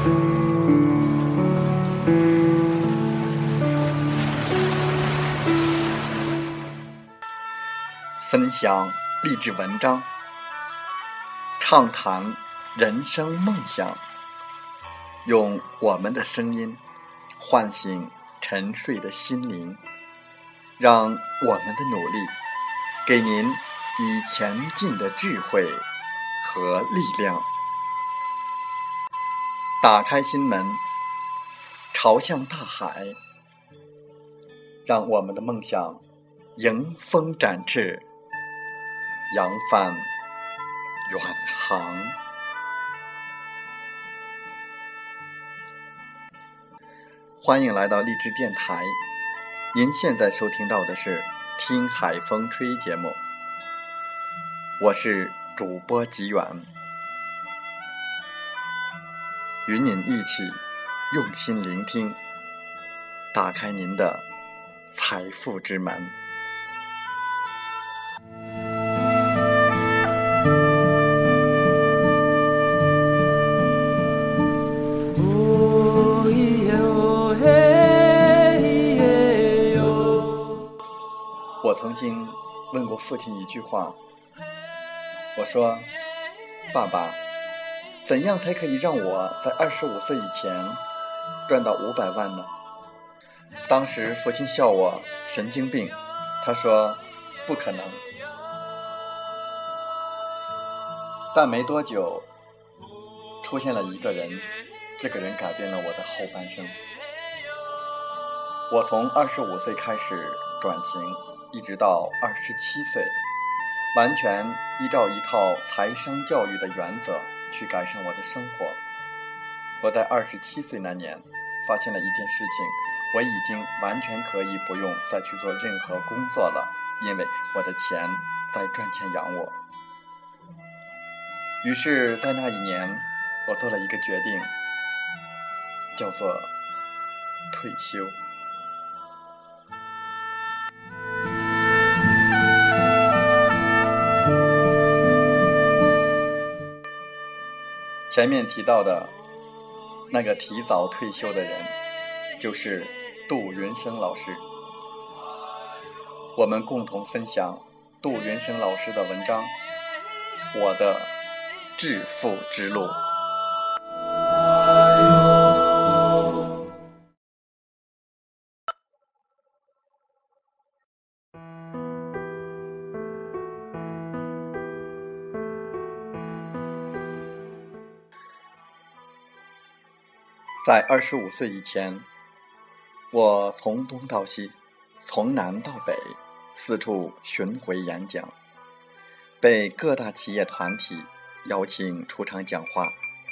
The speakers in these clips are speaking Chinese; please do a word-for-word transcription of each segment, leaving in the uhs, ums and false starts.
分享励志文章，畅谈人生梦想，用我们的声音唤醒沉睡的心灵，让我们的努力给您以前进的智慧和力量。打开心门，朝向大海，让我们的梦想迎风展翅，扬帆远航。欢迎来到励志电台，您现在收听到的是听海风吹节目，我是主播吉远，与您一起用心聆听，打开您的财富之门。我曾经问过父亲一句话，我说：爸爸，怎样才可以让我在二十五岁以前赚到五百万呢？当时父亲笑我神经病，他说不可能。但没多久出现了一个人，这个人改变了我的后半生。我从二十五岁开始转型，一直到二十七岁，完全依照一套财商教育的原则去改善我的生活。我在二十七岁那年发现了一件事情，我已经完全可以不用再去做任何工作了，因为我的钱在赚钱养我。于是在那一年，我做了一个决定，叫做退休。前面提到的那个提早退休的人，就是杜云生老师。我们共同分享杜云生老师的文章《我的致富之路》。在二十五岁以前，我从东到西，从南到北，四处巡回演讲，被各大企业团体邀请出场讲话。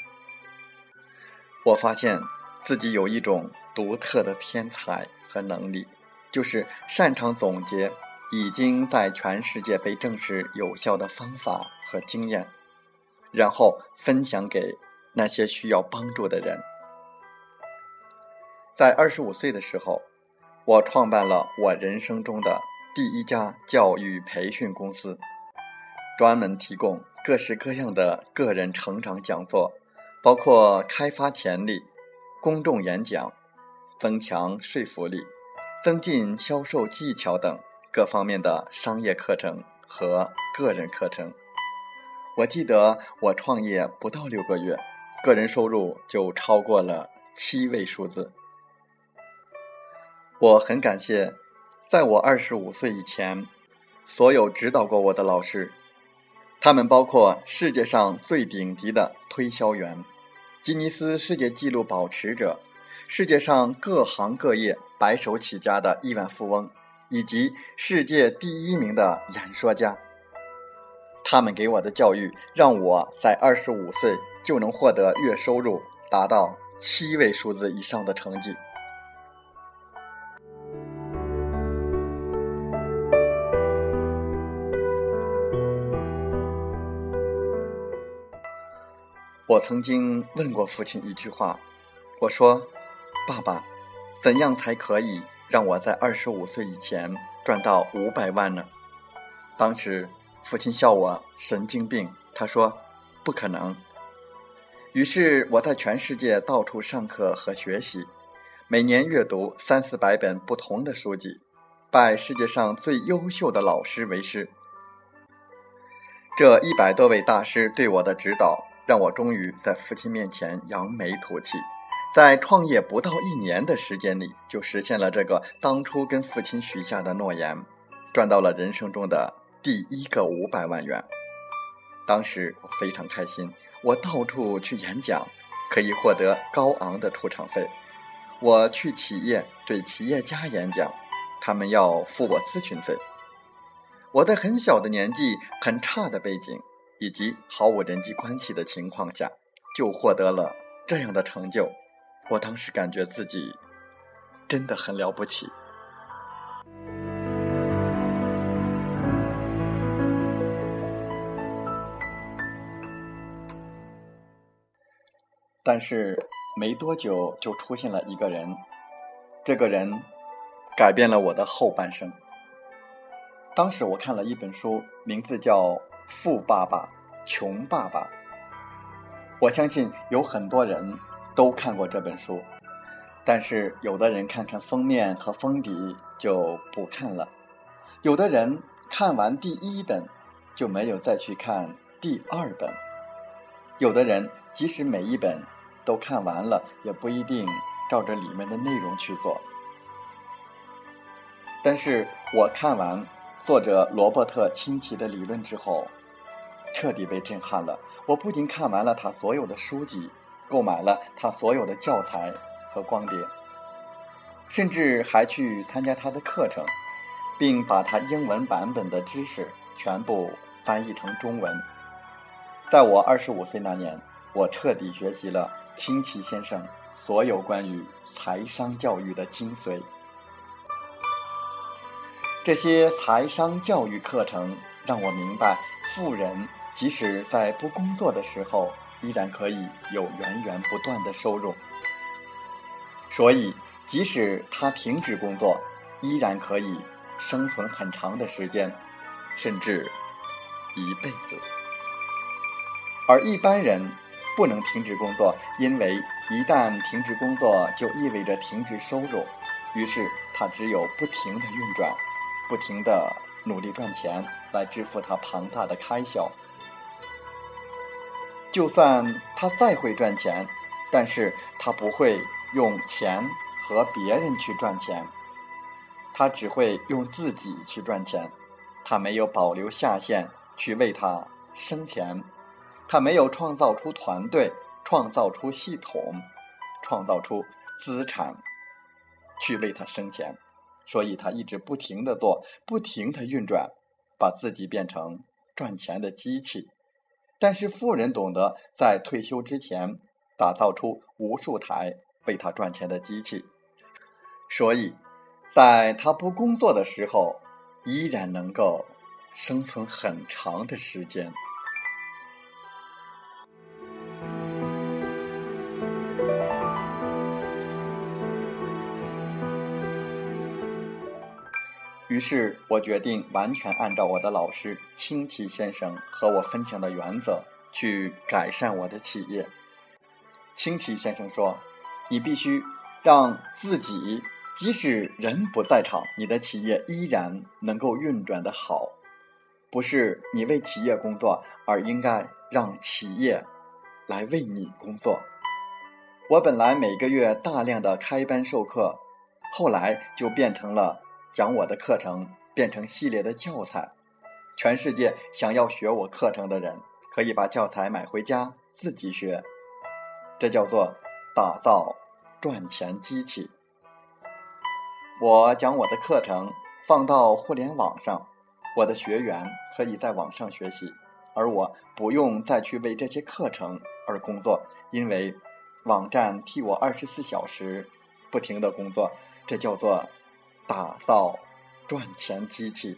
我发现自己有一种独特的天才和能力，就是擅长总结已经在全世界被证实有效的方法和经验，然后分享给那些需要帮助的人。在二十五岁的时候，我创办了我人生中的第一家教育培训公司，专门提供各式各样的个人成长讲座，包括开发潜力、公众演讲、增强说服力、增进销售技巧等各方面的商业课程和个人课程。我记得我创业不到六个月，个人收入就超过了七位数字。我很感谢在我二十五岁以前所有指导过我的老师，他们包括世界上最顶级的推销员、吉尼斯世界纪录保持者、世界上各行各业白手起家的亿万富翁，以及世界第一名的演说家。他们给我的教育让我在二十五岁就能获得月收入达到七位数字以上的成绩。我曾经问过父亲一句话，我说：爸爸，怎样才可以让我在二十五岁以前赚到五百万呢？当时父亲笑我神经病，他说不可能。 于是我在全世界到处上课和学习，每年阅读三四百本不同的书籍，拜世界上最优秀的老师为师。这一百多位大师对我的指导，让我终于在父亲面前扬眉吐气，在创业不到一年的时间里，就实现了这个当初跟父亲许下的诺言，赚到了人生中的第一个五百万元。当时我非常开心，我到处去演讲，可以获得高昂的出场费。我去企业对企业家演讲，他们要付我咨询费。我在很小的年纪、很差的背景以及毫无人际关系的情况下，就获得了这样的成就。我当时感觉自己真的很了不起。但是没多久就出现了一个人，这个人改变了我的后半生。当时我看了一本书，名字叫《富爸爸穷爸爸》。我相信有很多人都看过这本书，但是有的人看看封面和封底就不看了，有的人看完第一本就没有再去看第二本，有的人即使每一本都看完了，也不一定照着里面的内容去做。但是我看完作者罗伯特清崎的理论之后，彻底被震撼了。我不仅看完了他所有的书籍，购买了他所有的教材和光碟，甚至还去参加他的课程，并把他英文版本的知识全部翻译成中文。在我二十五岁那年，我彻底学习了清崎先生所有关于财商教育的精髓。这些财商教育课程让我明白，富人即使在不工作的时候，依然可以有源源不断的收入。所以，即使他停止工作，依然可以生存很长的时间，甚至一辈子。而一般人不能停止工作，因为一旦停止工作就意味着停止收入，于是他只有不停地运转，不停地努力赚钱来支付他庞大的开销。就算他再会赚钱，但是他不会用钱和别人去赚钱，他只会用自己去赚钱。他没有保留下线去为他生钱，他没有创造出团队，创造出系统，创造出资产去为他生钱。所以他一直不停地做，不停地运转，把自己变成赚钱的机器。但是富人懂得在退休之前打造出无数台为他赚钱的机器，所以在他不工作的时候，依然能够生存很长的时间。于是我决定完全按照我的老师清崎先生和我分享的原则去改善我的企业。清崎先生说，你必须让自己即使人不在场，你的企业依然能够运转得好，不是你为企业工作，而应该让企业来为你工作。我本来每个月大量的开班授课，后来就变成了讲我的课程，变成系列的教材。全世界想要学我课程的人，可以把教材买回家自己学。这叫做打造赚钱机器。我将我的课程放到互联网上，我的学员可以在网上学习，而我不用再去为这些课程而工作，因为网站替我二十四小时不停地工作。这叫做打造赚钱机器。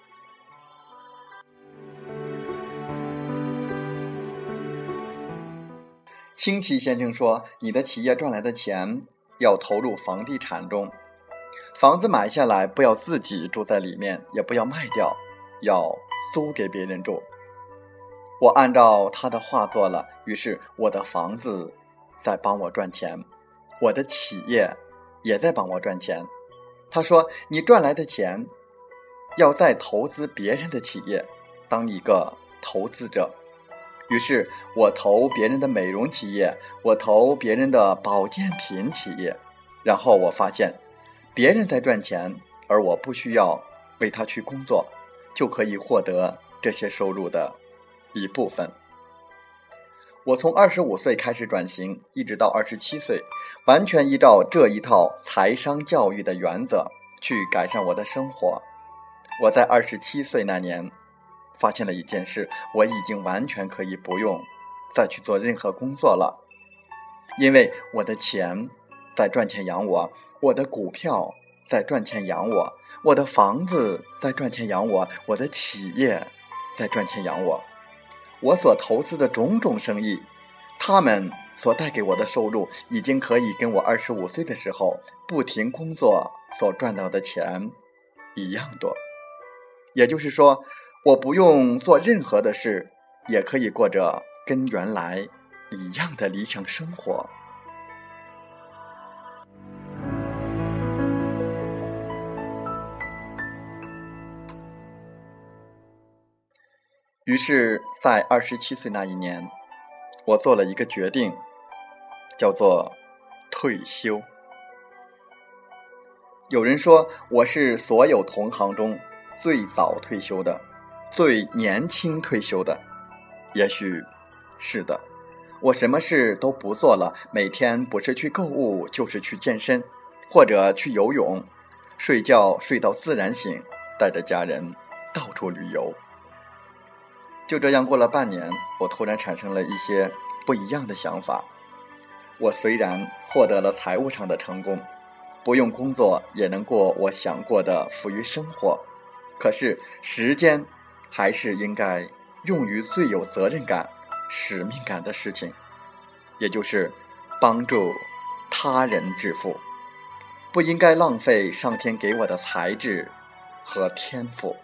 清崎先生说，你的企业赚来的钱要投入房地产中，房子买下来不要自己住在里面，也不要卖掉，要租给别人住。 我按照他的话做了，于是我的房子在帮我赚钱，我的企业也在帮我赚钱。他说，你赚来的钱要再投资别人的企业，当一个投资者。于是我投别人的美容企业，我投别人的保健品企业，然后我发现别人在赚钱，而我不需要为他去工作，就可以获得这些收入的一部分。我从二十五岁开始转型，一直到二十七岁，完全依照这一套财商教育的原则去改善我的生活。我在二十七岁那年发现了一件事，我已经完全可以不用再去做任何工作了，因为我的钱在赚钱养我，我的股票在赚钱养我，我的房子在赚钱养我，我的企业在赚钱养我。我所投资的种种生意，他们所带给我的收入已经可以跟我二十五岁的时候不停工作所赚到的钱一样多。也就是说，我不用做任何的事，也可以过着跟原来一样的理想生活。于是在二十七岁那一年，我做了一个决定，叫做退休。有人说我是所有同行中最早退休的，最年轻退休的。也许是的，我什么事都不做了，每天不是去购物就是去健身，或者去游泳，睡觉睡到自然醒，带着家人到处旅游。就这样过了半年，我突然产生了一些不一样的想法。我虽然获得了财务上的成功，不用工作也能过我想过的富裕生活，可是时间还是应该用于最有责任感、使命感的事情，也就是帮助他人致富，不应该浪费上天给我的才智和天赋。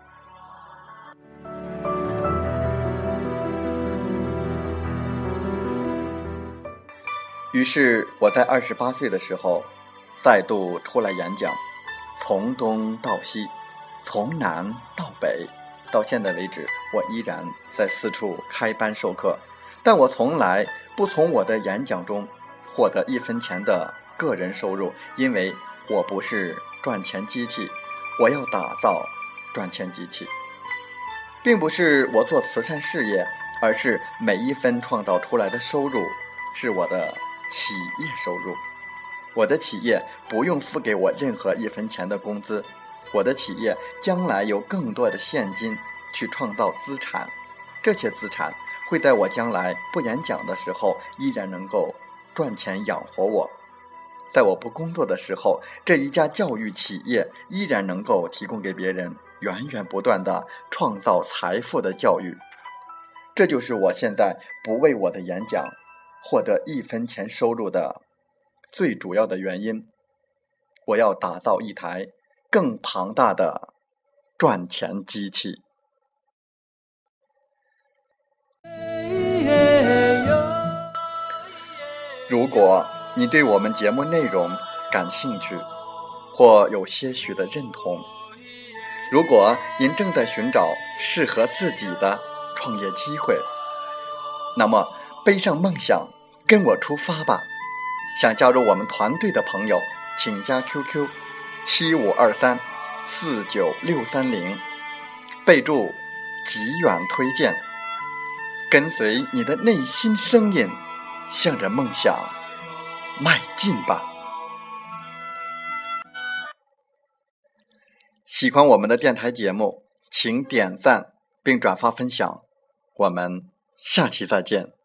于是我在二十八岁的时候再度出来演讲，从东到西，从南到北，到现在为止，我依然在四处开班授课，但我从来不从我的演讲中获得一分钱的个人收入，因为我不是赚钱机器，我要打造赚钱机器。并不是我做慈善事业，而是每一分创造出来的收入是我的企业收入。我的企业不用付给我任何一分钱的工资，我的企业将来有更多的现金去创造资产，这些资产会在我将来不演讲的时候依然能够赚钱养活我。在我不工作的时候，这一家教育企业依然能够提供给别人源源不断的创造财富的教育。这就是我现在不为我的演讲获得一分钱收入的最主要的原因。我要打造一台更庞大的赚钱机器。如果你对我们节目内容感兴趣，或有些许的认同，如果您正在寻找适合自己的创业机会，那么背上梦想，跟我出发吧。想加入我们团队的朋友，请加 Q Q 七五二三四九六三零，备注极远推荐，跟随你的内心声音，向着梦想迈进吧。喜欢我们的电台节目，请点赞并转发分享。我们下期再见。